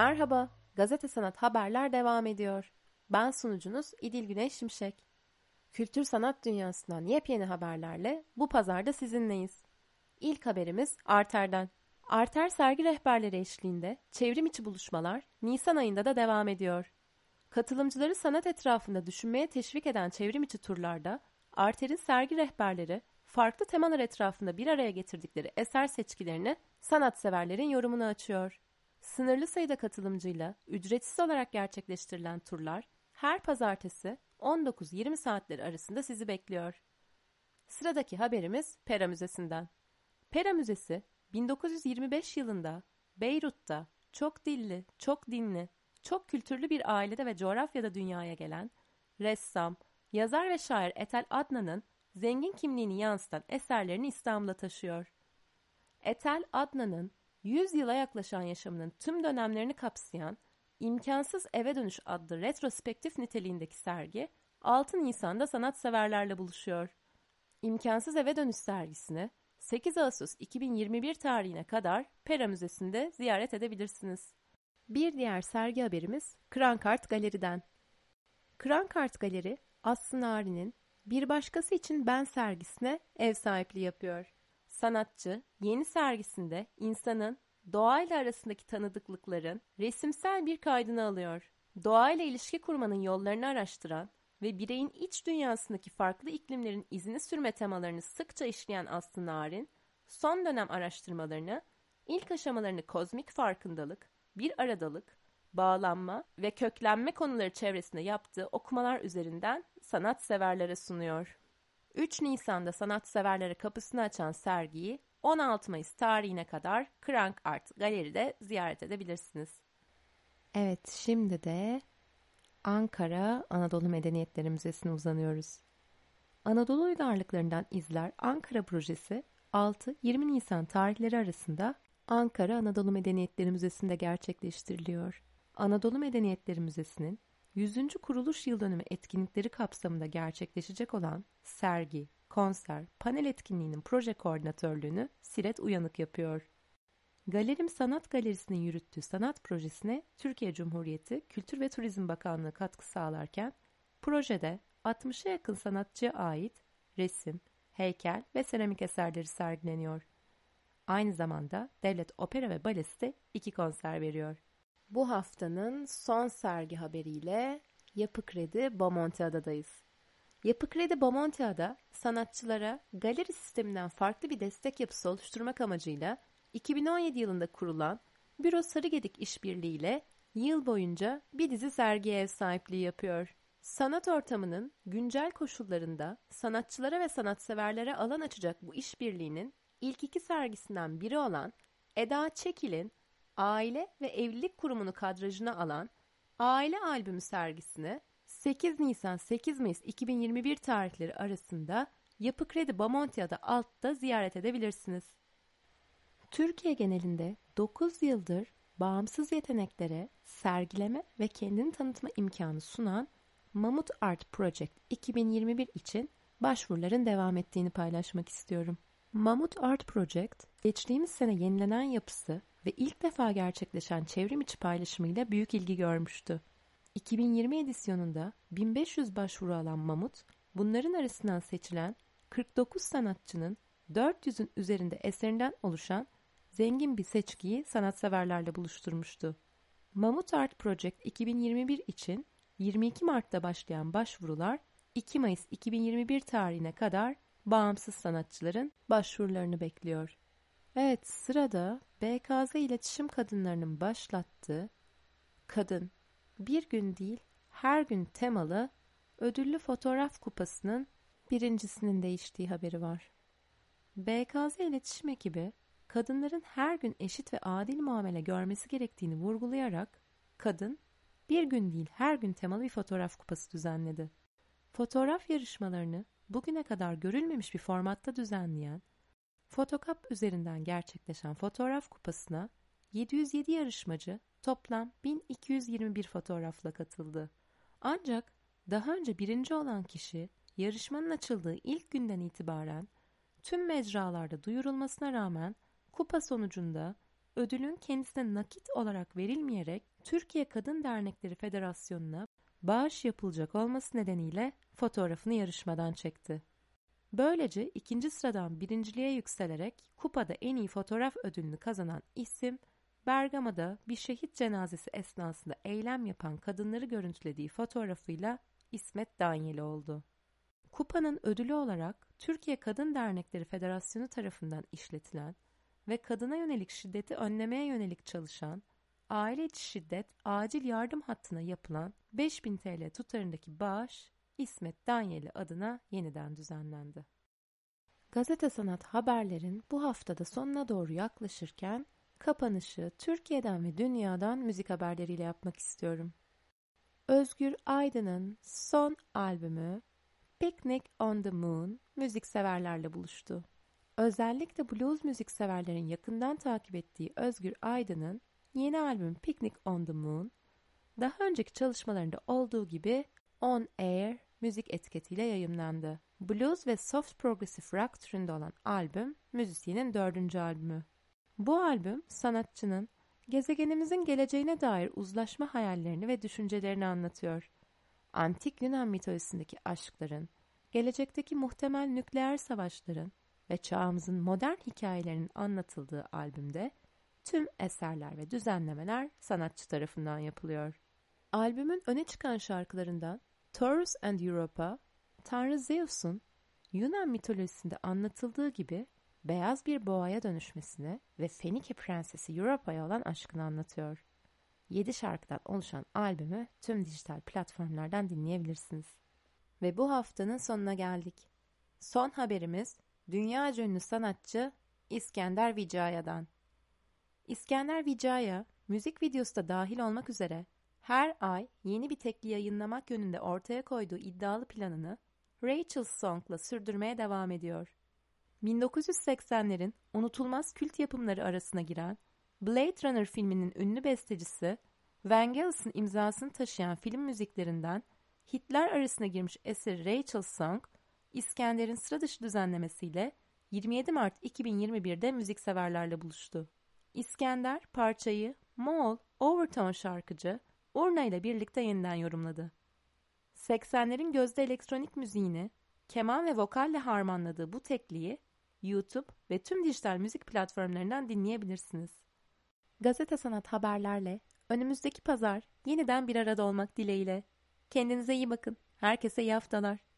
Merhaba, Gazete Sanat Haberler devam ediyor. Ben sunucunuz İdil Güneş Şimşek. Kültür sanat dünyasından yepyeni haberlerle bu pazarda sizinleyiz. İlk haberimiz Arter'den. Arter sergi rehberleri eşliğinde çevrim içi buluşmalar Nisan ayında da devam ediyor. Katılımcıları sanat etrafında düşünmeye teşvik eden çevrim içi turlarda Arter'in sergi rehberleri farklı temalar etrafında bir araya getirdikleri eser seçkilerini sanatseverlerin yorumuna açıyor. Sınırlı sayıda katılımcıyla ücretsiz olarak gerçekleştirilen turlar her pazartesi 19-20 saatleri arasında sizi bekliyor. Sıradaki haberimiz Pera Müzesi'nden. Pera Müzesi 1925 yılında Beyrut'ta çok dilli, çok dinli, çok kültürlü bir ailede ve coğrafyada dünyaya gelen ressam, yazar ve şair Etel Adnan'ın zengin kimliğini yansıtan eserlerini İstanbul'a taşıyor. Etel Adnan'ın 100 yıla yaklaşan yaşamının tüm dönemlerini kapsayan İmkansız Eve Dönüş adlı retrospektif niteliğindeki sergi 6 Nisan'da sanatseverlerle buluşuyor. İmkansız Eve Dönüş sergisini 8 Ağustos 2021 tarihine kadar Pera Müzesi'nde ziyaret edebilirsiniz. Bir diğer sergi haberimiz Krankart Galeri'den. Krankart Galeri, Aslı Nari'nin Bir Başkası İçin Ben sergisine ev sahipliği yapıyor. Sanatçı, yeni sergisinde insanın doğayla arasındaki tanıdıklıkların resimsel bir kaydını alıyor. Doğayla ilişki kurmanın yollarını araştıran ve bireyin iç dünyasındaki farklı iklimlerin izini sürme temalarını sıkça işleyen Aslı Narin, son dönem araştırmalarını, ilk aşamalarını kozmik farkındalık, bir aradalık, bağlanma ve köklenme konuları çevresinde yaptığı okumalar üzerinden sanatseverlere sunuyor. 3 Nisan'da sanatseverlere kapısını açan sergiyi 16 Mayıs tarihine kadar Krank Art Galeri'de ziyaret edebilirsiniz. Evet, şimdi de Ankara Anadolu Medeniyetleri Müzesi'ne uzanıyoruz. Anadolu Uygarlıklarından İzler Ankara projesi 6-20 Nisan tarihleri arasında Ankara Anadolu Medeniyetleri Müzesi'nde gerçekleştiriliyor. Anadolu Medeniyetleri Müzesi'nin 100. kuruluş yıldönümü etkinlikleri kapsamında gerçekleşecek olan sergi, konser, panel etkinliğinin proje koordinatörlüğünü Siret Uyanık yapıyor. Galerim Sanat Galerisi'nin yürüttüğü sanat projesine Türkiye Cumhuriyeti Kültür ve Turizm Bakanlığı katkı sağlarken, projede 60'a yakın sanatçıya ait resim, heykel ve seramik eserleri sergileniyor. Aynı zamanda Devlet Opera ve Balesi de 2 konser veriyor. Bu haftanın son sergi haberiyle Yapı Kredi Bomontiada'dayız. Yapı Kredi Bomontiada sanatçılara galeri sisteminden farklı bir destek yapısı oluşturmak amacıyla 2017 yılında kurulan Büro Sarıgedik İşbirliği ile yıl boyunca bir dizi sergiye ev sahipliği yapıyor. Sanat ortamının güncel koşullarında sanatçılara ve sanatseverlere alan açacak bu işbirliğinin ilk 2 sergisinden biri olan Eda Çekil'in Aile ve Evlilik Kurumu'nu kadrajına alan Aile Albümü sergisini 8 Nisan-8 Mayıs 2021 tarihleri arasında Yapı Kredi Bomontiada Alt'ta ziyaret edebilirsiniz. Türkiye genelinde 9 yıldır bağımsız yeteneklere sergileme ve kendini tanıtma imkanı sunan Mamut Art Project 2021 için başvuruların devam ettiğini paylaşmak istiyorum. Mamut Art Project, geçtiğimiz sene yenilenen yapısı ve ilk defa gerçekleşen çevrim içi paylaşımıyla büyük ilgi görmüştü. 2020 edisyonunda 1500 başvuru alan Mamut, bunların arasından seçilen 49 sanatçının 400'ün üzerinde eserinden oluşan zengin bir seçkiyi sanatseverlerle buluşturmuştu. Mamut Art Project 2021 için 22 Mart'ta başlayan başvurular 2 Mayıs 2021 tarihine kadar bağımsız sanatçıların başvurularını bekliyor. Evet, sırada BKZ İletişim Kadınlarının başlattığı Kadın, Bir Gün Değil Her Gün temalı ödüllü fotoğraf kupasının birincisinin değiştiği haberi var. BKZ İletişim ekibi, kadınların her gün eşit ve adil muamele görmesi gerektiğini vurgulayarak Kadın, Bir Gün Değil Her Gün temalı bir fotoğraf kupası düzenledi. Fotoğraf yarışmalarını bugüne kadar görülmemiş bir formatta düzenleyen, Fotokap üzerinden gerçekleşen fotoğraf kupasına 707 yarışmacı toplam 1221 fotoğrafla katıldı. Ancak daha önce birinci olan kişi yarışmanın açıldığı ilk günden itibaren tüm mecralarda duyurulmasına rağmen kupa sonucunda ödülün kendisine nakit olarak verilmeyerek Türkiye Kadın Dernekleri Federasyonu'na bağış yapılacak olması nedeniyle fotoğrafını yarışmadan çekti. Böylece ikinci sıradan birinciliğe yükselerek kupada en iyi fotoğraf ödülünü kazanan isim, Bergama'da bir şehit cenazesi esnasında eylem yapan kadınları görüntülediği fotoğrafıyla İsmet Danyeli oldu. Kupanın ödülü olarak Türkiye Kadın Dernekleri Federasyonu tarafından işletilen ve kadına yönelik şiddeti önlemeye yönelik çalışan Aile içi şiddet acil yardım hattına yapılan 5.000 TL tutarındaki bağış İsmet Danyeli adına yeniden düzenlendi. Gazete Sanat haberlerin bu haftada sonuna doğru yaklaşırken kapanışı Türkiye'den ve dünyadan müzik haberleriyle yapmak istiyorum. Özgür Aydın'ın son albümü Picnic on the Moon müzikseverlerle buluştu. Özellikle blues müzikseverlerin yakından takip ettiği Özgür Aydın'ın yeni albüm Picnic on the Moon, daha önceki çalışmalarında olduğu gibi On Air müzik etiketiyle yayımlandı. Blues ve soft progressive rock türünde olan albüm, müzisyenin 4. albümü. Bu albüm, sanatçının gezegenimizin geleceğine dair uzlaşma hayallerini ve düşüncelerini anlatıyor. Antik Yunan mitolojisindeki aşkların, gelecekteki muhtemel nükleer savaşların ve çağımızın modern hikayelerinin anlatıldığı albümde, tüm eserler ve düzenlemeler sanatçı tarafından yapılıyor. Albümün öne çıkan şarkılarından Taurus and Europa, Tanrı Zeus'un Yunan mitolojisinde anlatıldığı gibi beyaz bir boğaya dönüşmesini ve Fenike Prensesi Europa'ya olan aşkını anlatıyor. 7 şarkıdan oluşan albümü tüm dijital platformlardan dinleyebilirsiniz. Ve bu haftanın sonuna geldik. Son haberimiz dünyaca ünlü sanatçı İskender Vicaya'dan. İskender Vicaya, müzik videosu da dahil olmak üzere her ay yeni bir tekli yayınlamak yönünde ortaya koyduğu iddialı planını Rachel's Song'la sürdürmeye devam ediyor. 1980'lerin unutulmaz kült yapımları arasına giren Blade Runner filminin ünlü bestecisi Vangelis'in imzasını taşıyan film müziklerinden hitler arasına girmiş eseri Rachel's Song, İskender'in sıra dışı düzenlemesiyle 27 Mart 2021'de müzikseverlerle buluştu. İskender parçayı Moğol Overtone şarkıcı Urna ile birlikte yeniden yorumladı. 80'lerin gözde elektronik müziğini keman ve vokalle harmanladığı bu tekliyi YouTube ve tüm dijital müzik platformlarından dinleyebilirsiniz. Gazete Sanat haberlerle önümüzdeki pazar yeniden bir arada olmak dileğiyle. Kendinize iyi bakın. Herkese iyi haftalar.